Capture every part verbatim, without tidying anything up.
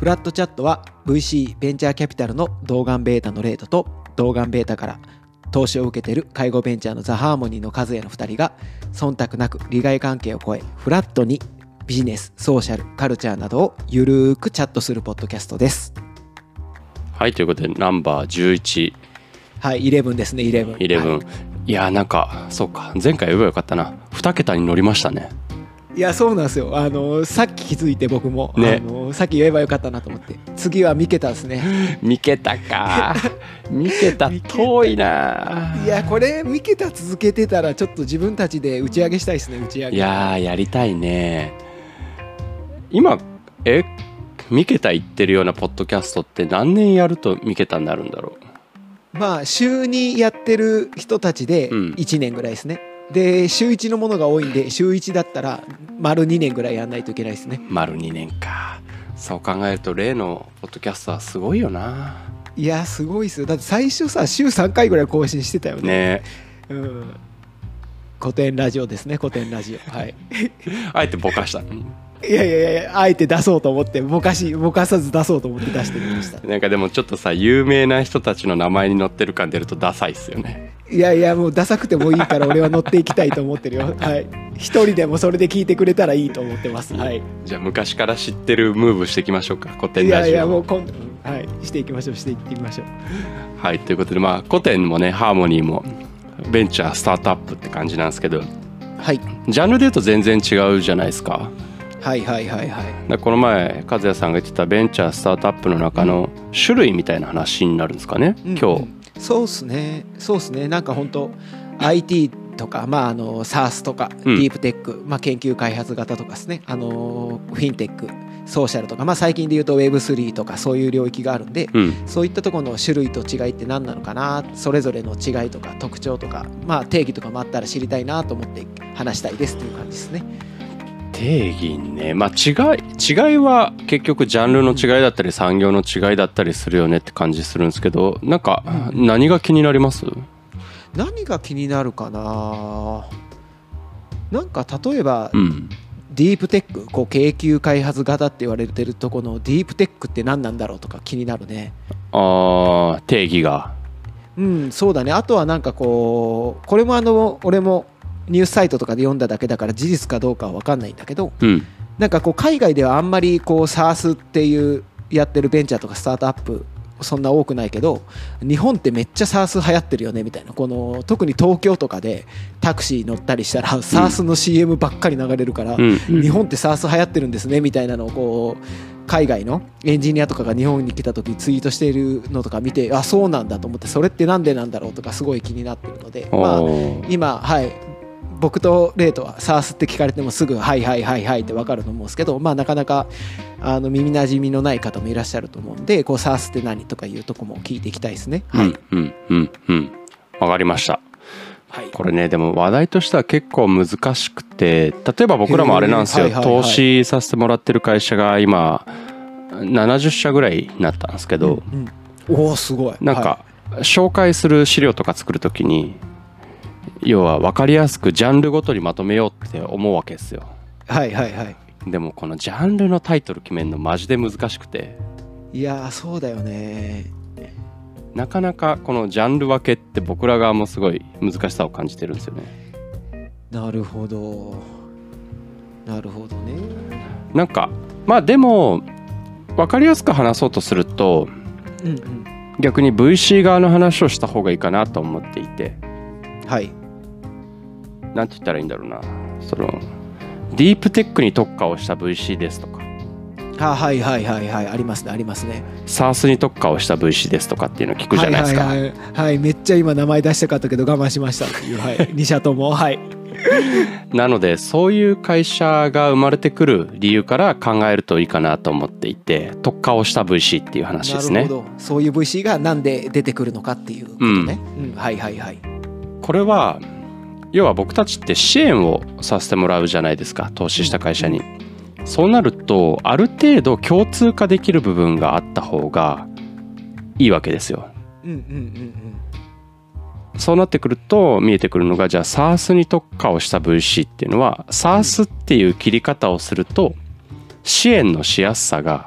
フラットチャットは ブイシー ベンチャーキャピタルの同願ベータのレートと同願ベータから投資を受けている介護ベンチャーのザ・ハーモニーの和也のふたりが忖度なく利害関係を超えフラットにビジネス、ソーシャル、カルチャーなどをゆるーくチャットするポッドキャストです。 はい、ということでナンバーじゅういち。 はい、じゅういちですね。じゅういち。 じゅういち、はい、いやなんかそうか、前回言えばよかったな。に桁に乗りましたね。 いやそうなんですよ。あのさっき気づいて僕も、ね、あのさっき言えばよかったなと思って次はに桁ですね。 に桁かに桁遠いな。 いやこれに桁続けてたらちょっと自分たちで打ち上げしたいですね。打ち上げ。 いややりたいね。今えに桁いってるようなポッドキャストって何年やるとに桁になるんだろう。まあ週にやってる人たちでいちねんぐらいですね、うん、で週いちのものが多いんで週いちだったら丸にねんぐらいやんないといけないですね。 丸にねんか。そう考えると例のポッドキャストはすごいよな。 いやすごいですよ。だって最初さ週さんかいぐらい更新してたよね。 ね、 うん、古典ラジオですね。古典ラジオ。はいあえてぼかした。 いやいやいやあえて出そうと思ってぼかしぼかさず出そうと思って出してみました。 なんかでもちょっとさ有名な人たちの名前に載ってる感出るとダサいっすよね。 いやいやもうダサくてもいいから俺は乗っていきたいと思ってるよ。はい、一人でもそれで聞いてくれたらいいと思ってます。はい、 じゃあ昔から知ってるムーブしていきましょうか。古典ラジオ。 いやいやもう今度、はい、していきましょうしていってみましょう。 はい、ということでまあ古典もねハーモニーもベンチャースタートアップって感じなんですけど、 はい、 ジャンルで言うと全然違うじゃないですか。 はいはいはいはい。 だこの前和也さんが言ってたベンチャースタートアップの中の種類みたいな話になるんですかね、うん、今日、うん、 そうですねそうですね。なんか本当 アイティー とか、まあ、あの SaaS とか、うん、ディープテック、まあ、研究開発型とかですね、あのフィンテックソーシャルとか、まあ、最近で言うと ウェブスリー とかそういう領域があるんで、うん、そういったところの種類と違いって何なのかな、それぞれの違いとか特徴とか、まあ、定義とかもあったら知りたいなと思って話したいですという感じですね。 定義ね、まあ、違い違いは結局ジャンルの違いだったり産業の違いだったりするよねって感じするんですけど、なんか何が気になります？ 何が気になるかな。なんか例えば、 うん、 ディープテック、こう研究開発型って言われてるところのディープテックって何なんだろうとか気になるね。 あー、定義が。 うんそうだね。あとはなんかこうこれもあの俺もニュースサイトとかで読んだだけだから事実かどうかは分かんないんだけど、 うん、 なんかこう海外ではあんまりこう SaaS っていうやってるベンチャーとかスタートアップそんな多くないけど、日本ってめっちゃ SaaS 流行ってるよねみたいな、この特に東京とかでタクシー乗ったりしたら SaaS の シーエム ばっかり流れるから、うん、日本って SaaS 流行ってるんですねみたいなのをこう海外のエンジニアとかが日本に来た時ツイートしているのとか見て、あそうなんだと思って、それってなんでなんだろうとかすごい気になってるので、まあ、今はい僕とレイトは SaaS って聞かれてもすぐはいはいはいはいって分かると思うんですけど、まあ、なかなかあの耳なじみのない方もいらっしゃると思うんで、こう SaaS って何とかいうとこも聞いていきたいですね。はい、 うんうんうんうん分かりました。はい、これねでも話題としては結構難しくて、例えば僕らもあれなんですよ、はいはいはい、投資させてもらってる会社が今ななじゅっしゃぐらいになったんですけど、 うんうん、おーすごい。 なんか紹介する資料とか作るときに要は分かりやすくジャンルごとにまとめようって思うわけですよ。 はいはいはい。 でもこのジャンルのタイトル決めるのマジで難しくて、 いやそうだよね。 なかなかこのジャンル分けって僕ら側もすごい難しさを感じてるんですよね。 なるほどなるほどね。 なんかまあでも分かりやすく話そうとすると、うんうん、逆に ブイシー 側の話をした方がいいかなと思っていて、 はい、 なんて言ったらいいんだろうな、そのディープテックに特化をした ブイシー ですとか、 あはいはいはいはいありますねありますね。 SaaS に特化をした ブイシー ですとかっていうのを聞くじゃないですか。 はいはいはい、はい、めっちゃ今名前出したかったけど我慢しましたっていう、はい、に社ともはいなのでそういう会社が生まれてくる理由から考えるといいかなと思っていて、特化をした ブイシー っていう話ですね。 なるほど、そういう ブイシー がなんで出てくるのかっていうことね、うんうん、はいはいはい。これは要は僕たちって支援をさせてもらうじゃないですか、投資した会社に、うん、そうなるとある程度共通化できる部分があった方がいいわけですよ。 うんうんうんうんそうなってくると見えてくるのが、じゃあ SaaS に特化をした ブイシー っていうのは SaaS っていう切り方をすると支援のしやすさが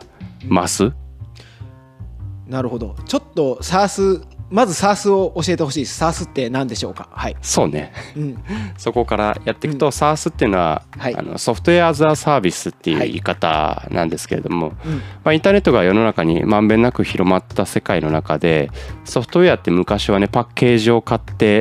ます。 なるほど。ちょっと SaaS、まず SaaS を教えてほしいです。SaaS って何でしょうか。はい。 そうね、うん、そこからやっていくと、うん、SaaS っていうのは、はい、あのソフトウェア・アザー・サービスっていう言い方なんですけれども、はい、まあ、インターネットが世の中にまんべんなく広まった世界の中で、ソフトウェアって昔はね、パッケージを買って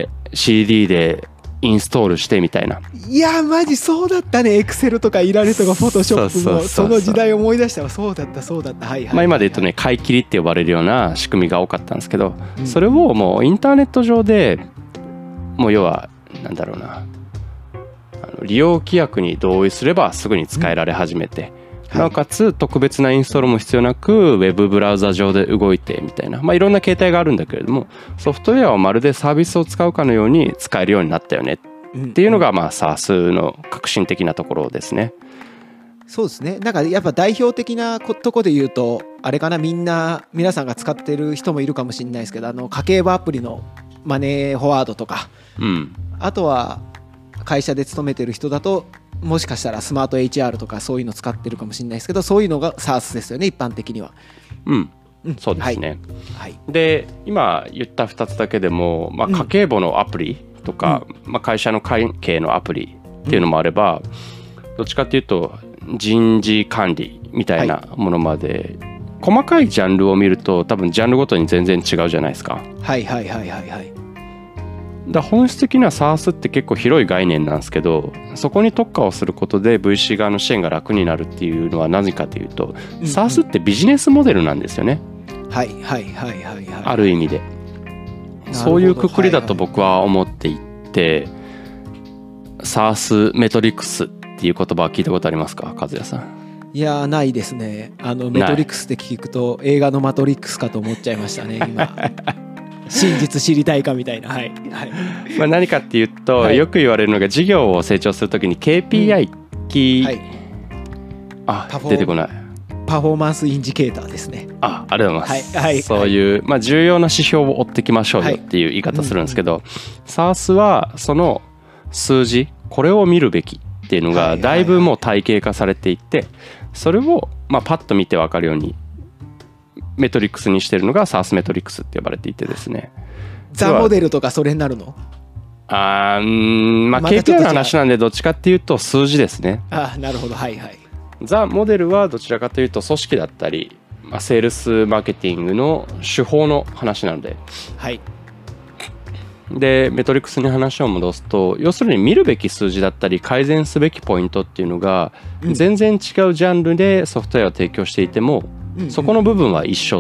シーディー でインストールしてみたいな。 いやマジそうだったね。エクセルとかいられとかフォトショップもその時代思い出したわ。そうだったそうだった。はいはい、はい、 まあ今で言うとね、買い切りって呼ばれるような仕組みが多かったんですけど、うん、それをもうインターネット上でもう要はなんだろうな、あの利用規約に同意すればすぐに使えられ始めて、うん、なおかつ特別なインストールも必要なくウェブブラウザ上で動いてみたいな、まあいろんな形態があるんだけれども、ソフトウェアをまるでサービスを使うかのように使えるようになったよねっていうのが、まあ SaaS の革新的なところですね。 そうですね。なんかやっぱ代表的なとこで言うとあれかな、みんな皆さんが使ってる人もいるかもしれないですけど、あの家計簿アプリのマネーフォワードとか、うん、あとは会社で勤めてる人だともしかしたらスマート エイチアール とかそういうの使ってるかもしれないですけど、そういうのが SaaS ですよね、一般的には。 うん、うん、そうですね、はいはい、で今言ったふたつだけでも、まあ、家計簿のアプリとか、うん、まあ、会社の会計のアプリっていうのもあれば、うん、どっちかっていうと人事管理みたいなものまで、はい、細かいジャンルを見ると多分ジャンルごとに全然違うじゃないですか。 はいはいはいはいはい。 だ本質的な SaaS って結構広い概念なんですけど、そこに特化をすることで ブイシー 側の支援が楽になるっていうのは何かというと、うんうん、SaaS ってビジネスモデルなんですよね。 はいはいはいはいはい。 ある意味でそういうくくりだと僕は思っていて、SaaS メトリックスっていう言葉は聞いたことありますか、和也さん。 いやないですね。あのメトリックスって聞くと映画のマトリックスかと思っちゃいましたね今真実知りたいかみたいな、はいはい、 まあ何かっていうと、はい、よく言われるのが事業を成長するときに ケーピーアイ、うん、キー、はい、あ出てこないパフォーマンスインジケーターですね。 あ、ありがとうございます、 はいはい、 そういう、まあ、重要な指標を追ってきましょうよっていう言い方するんですけど、はい、うんうん、SaaS はその数字、これを見るべきっていうのがだいぶもう体系化されていて、それをまあパッと見て分かるようにメトリックスにしてるのが SaaS メトリックスって呼ばれていてですね。 ザモデルとかそれになるの？ あー、うん、まあ ケーピーアイ の話なんでどっちかっていうと数字ですね。 あ、なるほど、はいはい。 ザ・モデルはどちらかというと組織だったり、まあ、セールスマーケティングの手法の話なので、 はい、 でメトリックスに話を戻すと、要するに見るべき数字だったり改善すべきポイントっていうのが全然違うジャンルでソフトウェアを提供していても、うんうん、そこの部分は一緒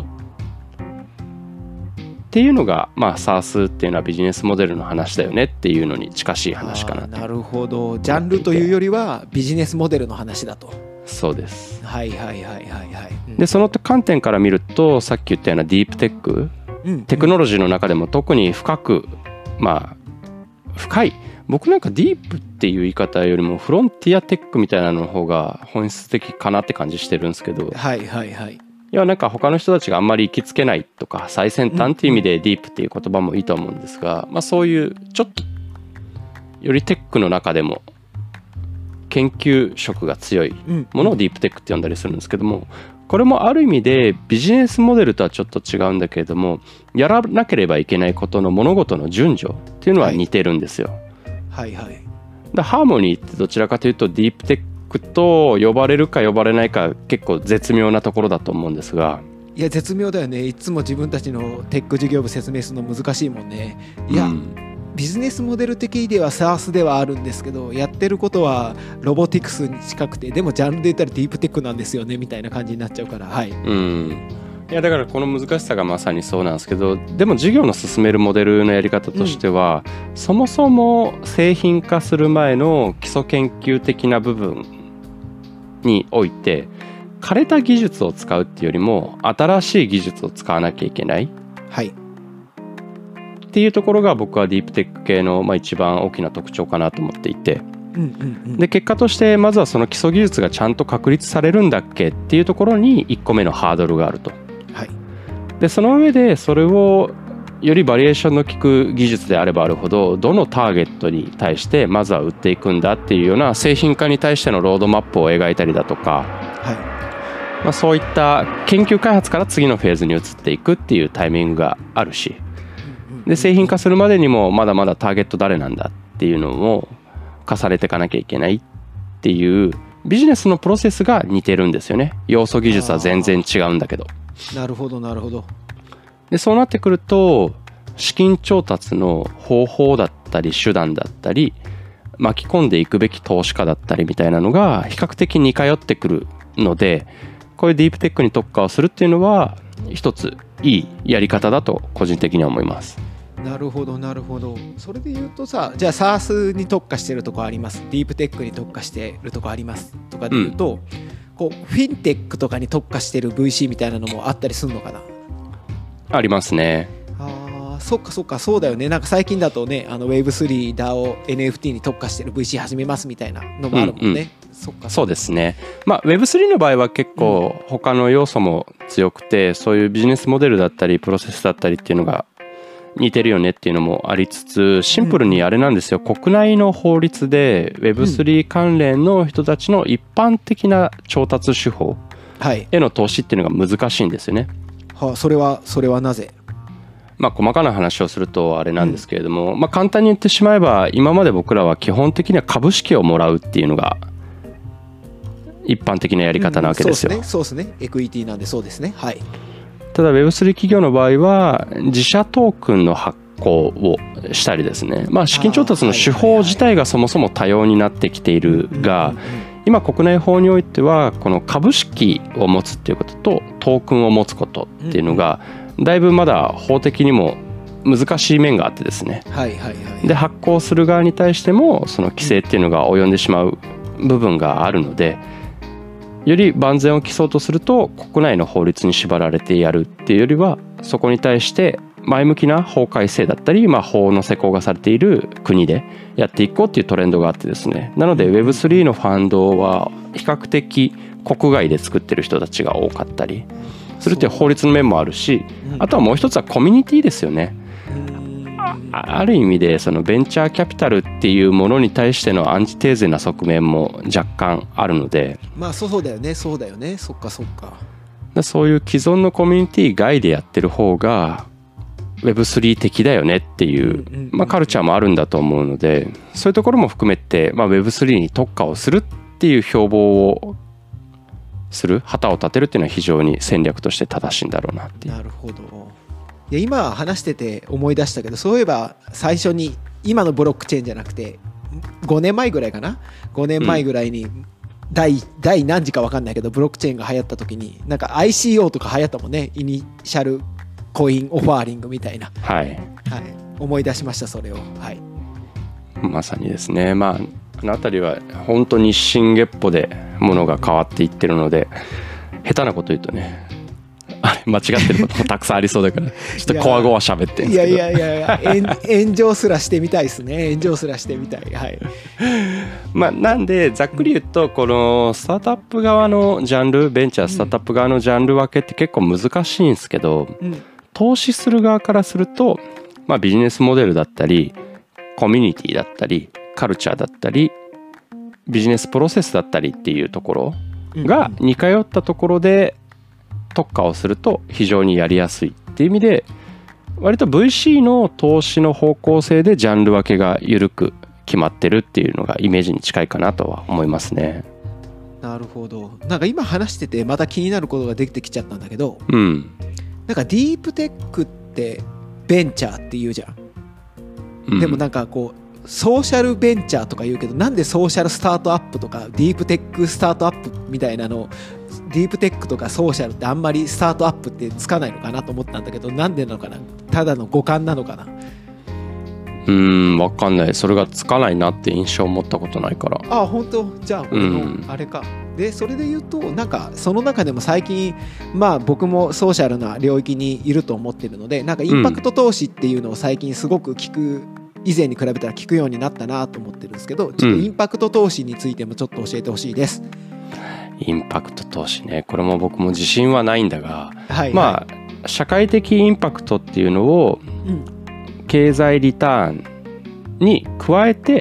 っていうのが、まあ SaaS っていうのはビジネスモデルの話だよねっていうのに近しい話かな。 なるほど。ジャンルというよりはビジネスモデルの話だと。 そうです。 はいはいはいはいはい、うん、 でその観点から見ると、さっき言ったようなディープテック、うん、テクノロジーの中でも特に深く、まあ深い、僕なんかディープっていう言い方よりもフロンティアテックみたいなの方が本質的かなって感じしてるんですけど、 はいはいはい、いやなんか他の人たちがあんまり行きつけないとか最先端っていう意味でディープっていう言葉もいいと思うんですが、まあそういうちょっとよりテックの中でも研究色が強いものをディープテックって呼んだりするんですけども、これもある意味でビジネスモデルとはちょっと違うんだけれども、やらなければいけないことの物事の順序っていうのは似てるんですよ。 はいはいはい。 だハーモニーってどちらかというとディープテックと呼ばれるか呼ばれないか結構絶妙なところだと思うんですが。 いや絶妙だよね。いつも自分たちのテック事業部説明するの難しいもんね。いや、うん、ビジネスモデル的では SaaS ではあるんですけど、やってることはロボティクスに近くて、でもジャンルで言ったらディープテックなんですよねみたいな感じになっちゃうから、はい、うん、 いやだからこの難しさがまさにそうなんですけど、でも事業の進めるモデルのやり方としては、うん、そもそも製品化する前の基礎研究的な部分において枯れた技術を使うっていうよりも新しい技術を使わなきゃいけない、 はい、 っていうところが僕はディープテック系のまあ一番大きな特徴かなと思っていて、うんうんうん、で結果としてまずはその基礎技術がちゃんと確立されるんだっけっていうところにいっこめのハードルがあると、 はい、 でその上でそれをよりバリエーションの効く技術であればあるほどどのターゲットに対してまずは売っていくんだっていうような製品化に対してのロードマップを描いたりだとか、 はい、 まあ、そういった研究開発から次のフェーズに移っていくっていうタイミングがあるし、で製品化するまでにもまだまだターゲット誰なんだっていうのを重ねていかなきゃいけないっていうビジネスのプロセスが似てるんですよね。要素技術は全然違うんだけど。 なるほどなるほど。 でそうなってくると資金調達の方法だったり手段だったり巻き込んでいくべき投資家だったりみたいなのが比較的似通ってくるので、こういうディープテックに特化をするっていうのは一ついいやり方だと個人的には思います。 なるほどなるほど。それで言うとさ、じゃあ SaaS に特化してるとこあります、ディープテックに特化してるとこありますとかで言うと、うん、こうフィンテックとかに特化してる ブイシー みたいなのもあったりするのかな。 ありますね。 あ、そっかそっか、そうだよね。なんか最近だとね、あの ウェブスリー ダオ エヌエフティー に特化してる ブイシー 始めますみたいなのもあるもんね。うんうん、そっかそうですね。まあ ウェブスリー の場合は結構他の要素も強くて、うん、そういうビジネスモデルだったりプロセスだったりっていうのが似てるよねっていうのもありつつ、シンプルにあれなんですよ、うん、国内の法律で ウェブスリー 関連の人たちの一般的な調達手法への投資っていうのが難しいんですよね。 はあ、それはそれはなぜ？ まあ細かな話をするとあれなんですけれども、うん、まあ簡単に言ってしまえば今まで僕らは基本的には株式をもらうっていうのが一般的なやり方なわけですよ。 うん、そうですね、そうですね、エクイティなんでそうですね。はい。 ただ ウェブスリー 企業の場合は自社トークンの発行をしたりですね、まあ資金調達の手法自体がそもそも多様になってきているが、今国内法においてはこの株式を持つっていうこととトークンを持つことっていうのがだいぶまだ法的にも難しい面があってですね、 はいはいはい、 で発行する側に対してもその規制っていうのが及んでしまう部分があるので、より万全を期そうとすると国内の法律に縛られてやるっていうよりは、そこに対して前向きな法改正だったり、まあ、法の施行がされている国でやっていこうっていうトレンドがあってですね、なので ウェブスリー のファンドは比較的国外で作ってる人たちが多かったりするっていう法律の面もあるし、あとはもう一つはコミュニティですよね。あ, ある意味でそのベンチャーキャピタルっていうものに対してのアンチテーゼな側面も若干あるので、 まあそうだよねそうだよね、そっかそっか。 そういう既存のコミュニティ外でやってる方が ウェブスリー 的だよねっていう、まあ、カルチャーもあるんだと思うので、そういうところも含めて、まあ、ウェブスリー に特化をするっていう標榜をする、旗を立てるっていうのは非常に戦略として正しいんだろうなっていう。 なるほど。いや今話してて思い出したけど、そういえば最初に今のブロックチェーンじゃなくてごねんまえぐらいかな、ごねんまえぐらいに第、第何次か分かんないけどブロックチェーンが流行った時になんか アイシーオー とか流行ったもんね、イニシャルコインオファーリングみたいな、 はい、はい、 思い出しましたそれを。はい、 まさにですね。まああの辺りは本当に一心月歩でものが変わっていってるので、下手なこと言うとね、あれ間違ってることもたくさんありそうだからちょっとこわごわ喋ってるんですけど、 いやいやいやいや炎上すらしてみたいですね。炎上すらしてみたい。はい。 まあなんでざっくり言うと、このスタートアップ側のジャンル、ベンチャースタートアップ側のジャンル分けって結構難しいんですけど、うん、投資する側からすると、まあ、ビジネスモデルだったりコミュニティだったりカルチャーだったりビジネスプロセスだったりっていうところが似通ったところで特化をすると非常にやりやすいっていう意味で、割と ブイシー の投資の方向性でジャンル分けが緩く決まってるっていうのがイメージに近いかなとは思いますね。 なるほど。なんか今話しててまた気になることができてきちゃったんだけど、 うん、 なんかディープテックってベンチャーって言うじゃん、うん、でもなんかこうソーシャルベンチャーとか言うけど、なんでソーシャルスタートアップとかディープテックスタートアップみたいなの、ディープテックとかソーシャルってあんまりスタートアップってつかないのかなと思ったんだけど、なんでなのかな、ただの語感なのかな。 うーん、分かんない。それがつかないなって印象を持ったことないから。 ああ本当。じゃあ俺のあれか、うん、でそれで言うとなんかその中でも最近まあ僕もソーシャルな領域にいると思ってるので、なんかインパクト投資っていうのを最近すごく聞く、以前に比べたら聞くようになったなと思ってるんですけど、ちょっとインパクト投資についてもちょっと教えてほしいです。 インパクト投資ね、これも僕も自信はないんだが、 はいはい、 まあ社会的インパクトっていうのを経済リターンに加えて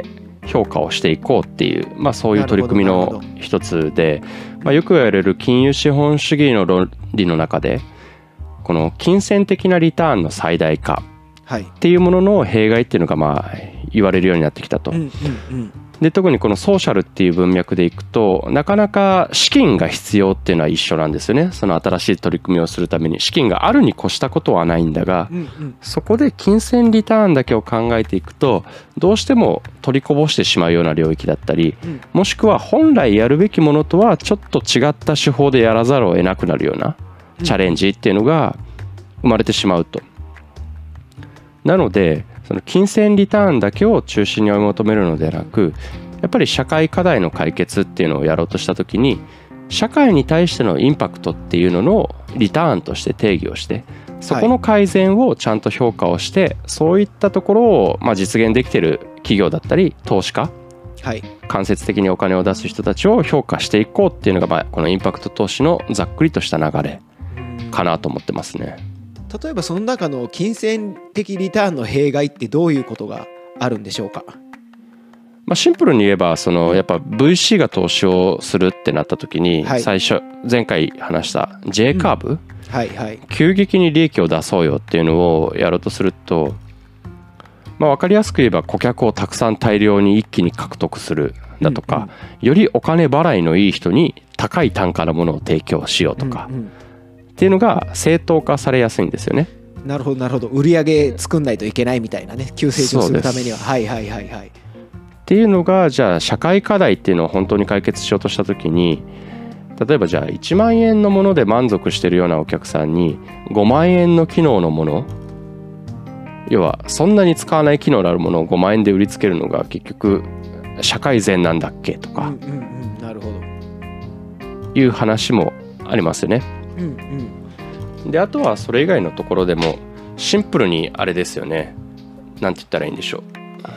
評価をしていこうっていう、まあ、そういう取り組みの一つで、まあ、よく言われる金融資本主義の論理の中でこの金銭的なリターンの最大化っていうものの弊害っていうのがまあ言われるようになってきたと。うんうんうん、で特にこのソーシャルっていう文脈でいくとなかなか資金が必要っていうのは一緒なんですよね。その新しい取り組みをするために資金があるに越したことはないんだが、うんうん、そこで金銭リターンだけを考えていくとどうしても取りこぼしてしまうような領域だったり、うん、もしくは本来やるべきものとはちょっと違った手法でやらざるを得なくなるようなチャレンジっていうのが生まれてしまうと。なのでその金銭リターンだけを中心に追い求めるのではなく、やっぱり社会課題の解決っていうのをやろうとした時に社会に対してのインパクトっていうののリターンとして定義をして、そこの改善をちゃんと評価をして、そういったところをまあ実現できている企業だったり投資家、はい、間接的にお金を出す人たちを評価していこうっていうのがまあこのインパクト投資のざっくりとした流れかなと思ってますね。 例えばその中の金銭的リターンの弊害ってどういうことがあるんでしょうか。 まあ、シンプルに言えばそのやっぱ ブイシー が投資をするってなった時に最初前回話した J カーブ、はいはい、急激に利益を出そうよっていうのをやろうとすると、まあ、分かりやすく言えば顧客をたくさん大量に一気に獲得するだとか、よりお金払いのいい人に高い単価のものを提供しようとかっていうのが正当化されやすいんですよね。 なるほどなるほど。売り上げ作んないといけないみたいなね、急成長するためには。はいはいはいはい。 っていうのがじゃあ社会課題っていうのを本当に解決しようとした時に、例えばじゃあいちまんえんのもので満足してるようなお客さんにごまんえんの機能のもの、要はそんなに使わない機能のあるものをごまんえんで売りつけるのが結局社会善なんだっけとか、うんうんうん、なるほどいう話もありますよね。うんうん、であとはそれ以外のところでもシンプルにあれですよね。なんて言ったらいいんでしょう。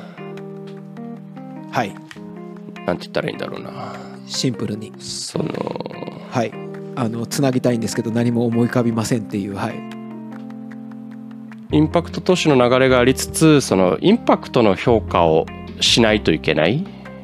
はい。なんて言ったらいいんだろうな。 シンプルに。 そのはい。あのつなぎたいんですけど何も思い浮かびませんっていう、はい。 インパクト投資の流れがありつつ、そのインパクトの評価をしないといけない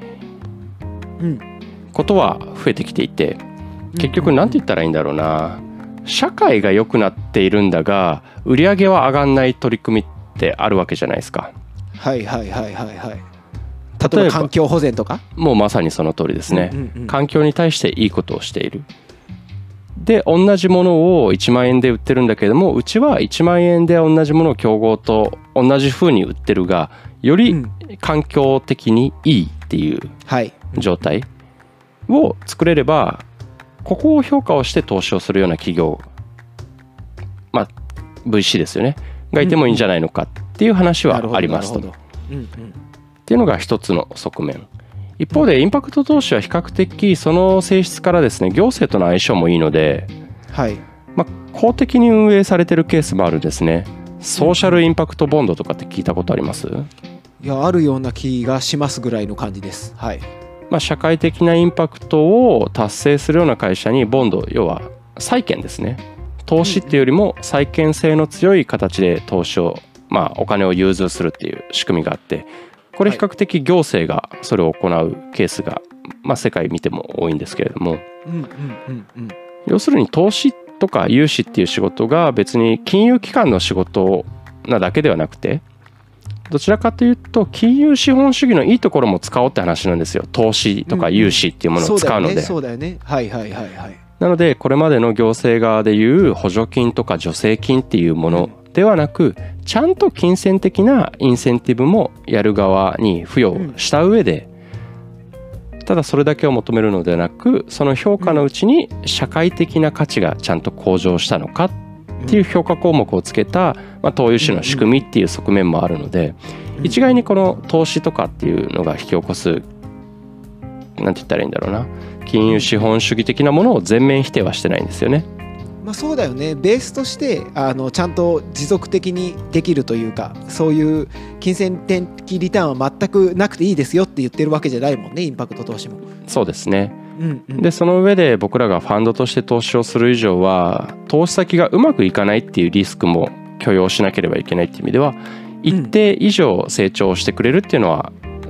ことは増えてきていて、結局なんて言ったらいいんだろうな。社会が良くなっているんだが売り上げは上がんない取り組みってあるわけじゃないですか。 はいはいはいはいはい。例えば環境保全とか。 もうまさにその通りですね、うんうんうん、環境に対していいことをしている。で同じものをいちまんえんで売ってるんだけれども、うちはいちまんえんで同じものを競合と同じ風に売ってるがより環境的にいいっていう状態を作れれば、ここを評価をして投資をするような企業、まあ ブイシー ですよねがいてもいいんじゃないのかっていう話はありますと。っていうのが一つの側面。一方でインパクト投資は比較的その性質からですね、行政との相性もいいので、はい、まあ、公的に運営されてるケースもあるですね。ソーシャルインパクトボンドとかって聞いたことあります？ いや、あるような気がしますぐらいの感じです。はい。 まあ、社会的なインパクトを達成するような会社にボンド、要は債券ですね。投資っていうよりも債券性の強い形で投資を、まあ、お金を融通するっていう仕組みがあって、これ比較的行政がそれを行うケースが、まあ、世界見ても多いんですけれども、うんうんうんうん、要するに投資とか融資っていう仕事が別に金融機関の仕事なだけではなくて、どちらかというと金融資本主義のいいところも使おうって話なんですよ。投資とか融資っていうものを使うので、うんうん、そうだよね、そうだよね。はいはいはいはい。なのでこれまでの行政側でいう補助金とか助成金っていうものではなく、ちゃんと金銭的なインセンティブもやる側に付与した上で、ただそれだけを求めるのではなく、その評価のうちに社会的な価値がちゃんと向上したのかっていう評価項目をつけた、まあ、投融資の仕組みっていう側面もあるので、一概にこの投資とかっていうのが引き起こす、なんて言ったらいいんだろうな、金融資本主義的なものを全面否定はしてないんですよね。 まあ、そうだよね。ベースとしてあのちゃんと持続的にできるというか、そういう金銭的リターンは全くなくていいですよって言ってるわけじゃないもんね、インパクト投資も。 そうですね、うんうん、でその上で僕らがファンドとして投資をする以上は、投資先がうまくいかないっていうリスクも許容しなければいけないっていう意味では、一定以上成長してくれるっていうのは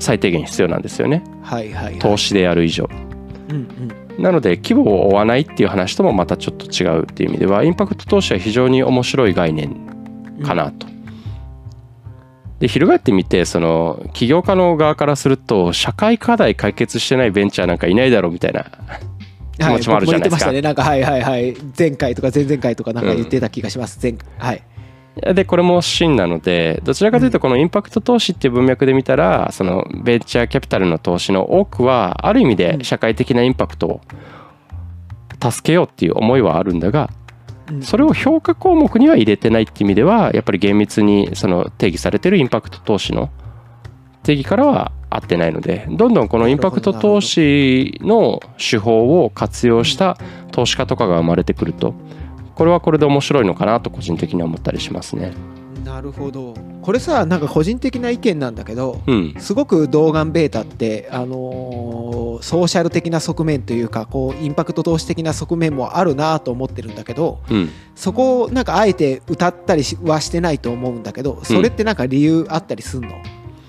最低限必要なんですよね、 はいはいはい、 投資でやる以上、うんうん、なので規模を追わないっていう話ともまたちょっと違うっていう意味ではインパクト投資は非常に面白い概念かなと、うん、で翻ってみてその起業家の側からすると社会課題解決してないベンチャーなんかいないだろうみたいな気持ちもあるじゃないですか。 はい、僕も言ってましたね。なんかはいはいはい、前回とか前々回とかなんか言ってた気がします。うん、前はい。 でこれも真なのでどちらかというとこのインパクト投資っていう文脈で見たらそのベンチャーキャピタルの投資の多くはある意味で社会的なインパクトを助けようっていう思いはあるんだがそれを評価項目には入れてないっていう意味ではやっぱり厳密にその定義されてるインパクト投資の定義からは合ってないのでどんどんこのインパクト投資の手法を活用した投資家とかが生まれてくるとこれはこれで面白いのかなと個人的には思ったりしますね。 なるほど。これさなんか個人的な意見なんだけど、 うん、 すごく童顔ベータって、あのー、ソーシャル的な側面というかこうインパクト投資的な側面もあるなと思ってるんだけど、 うん、 そこをなんかあえて歌ったりはしてないと思うんだけどそれってなんか理由あったりすんの？うん、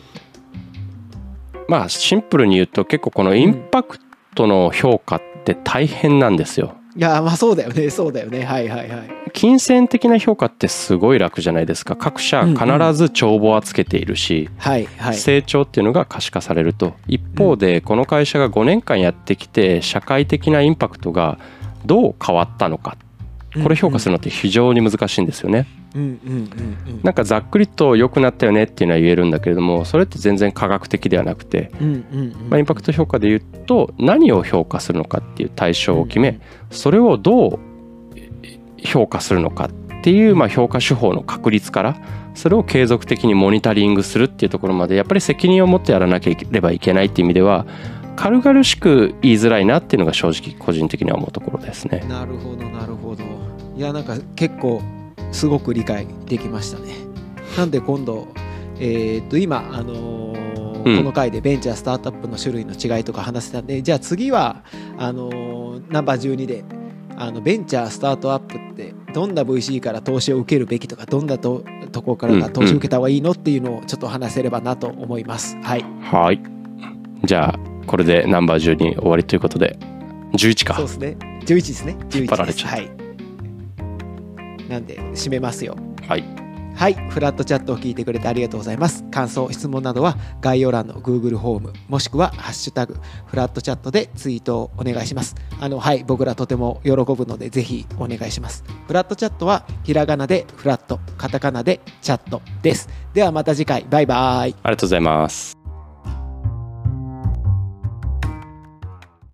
まあシンプルに言うと結構このインパクトの評価って大変なんですよ。 いやまあそうだよねそうだよねはいはいはい。 金銭的な評価ってすごい楽じゃないですか。各社必ず帳簿はつけているし、 うんうんはいはい、 成長っていうのが可視化されると一方でこの会社がごねんかんやってきて社会的なインパクトがどう変わったのかこれ評価するのって非常に難しいんですよね。なんかざっくりと良くなったよねっていうのは言えるんだけれどもそれって全然科学的ではなくて、まあ、インパクト評価で言うと何を評価するのかっていう対象を決めそれをどう評価するのかっていうまあ評価手法の確立からそれを継続的にモニタリングするっていうところまでやっぱり責任を持ってやらなければいけないっていう意味では軽々しく言いづらいなっていうのが正直個人的には思うところですね。 なるほどなるほど。いやなんか結構すごく理解できましたね。なんで今度、えー、っと今、あのーうん、この回でベンチャースタートアップの種類の違いとか話せたんでじゃあ次はあのー、ナンバーじゅうにであのベンチャースタートアップってどんな ブイシー から投資を受けるべきとかどんな と, ところから投資を受けた方がいいのっていうのをちょっと話せればなと思います。はい、 はい、じゃあこれでナンバーじゅうに終わりということでじゅういちか。 そうですねじゅういちですねじゅういちです。 引っ張られちゃった、 はい、なんで締めますよ。 はいはい、フラットチャットを聞いてくれてありがとうございます。感想質問などは概要欄の Google フォームもしくはハッシュタグフラットチャットでツイートをお願いします。あのはい僕らとても喜ぶのでぜひお願いします。フラットチャットはひらがなでフラットカタカナでチャットです。ではまた次回バイバイ。 ありがとうございます。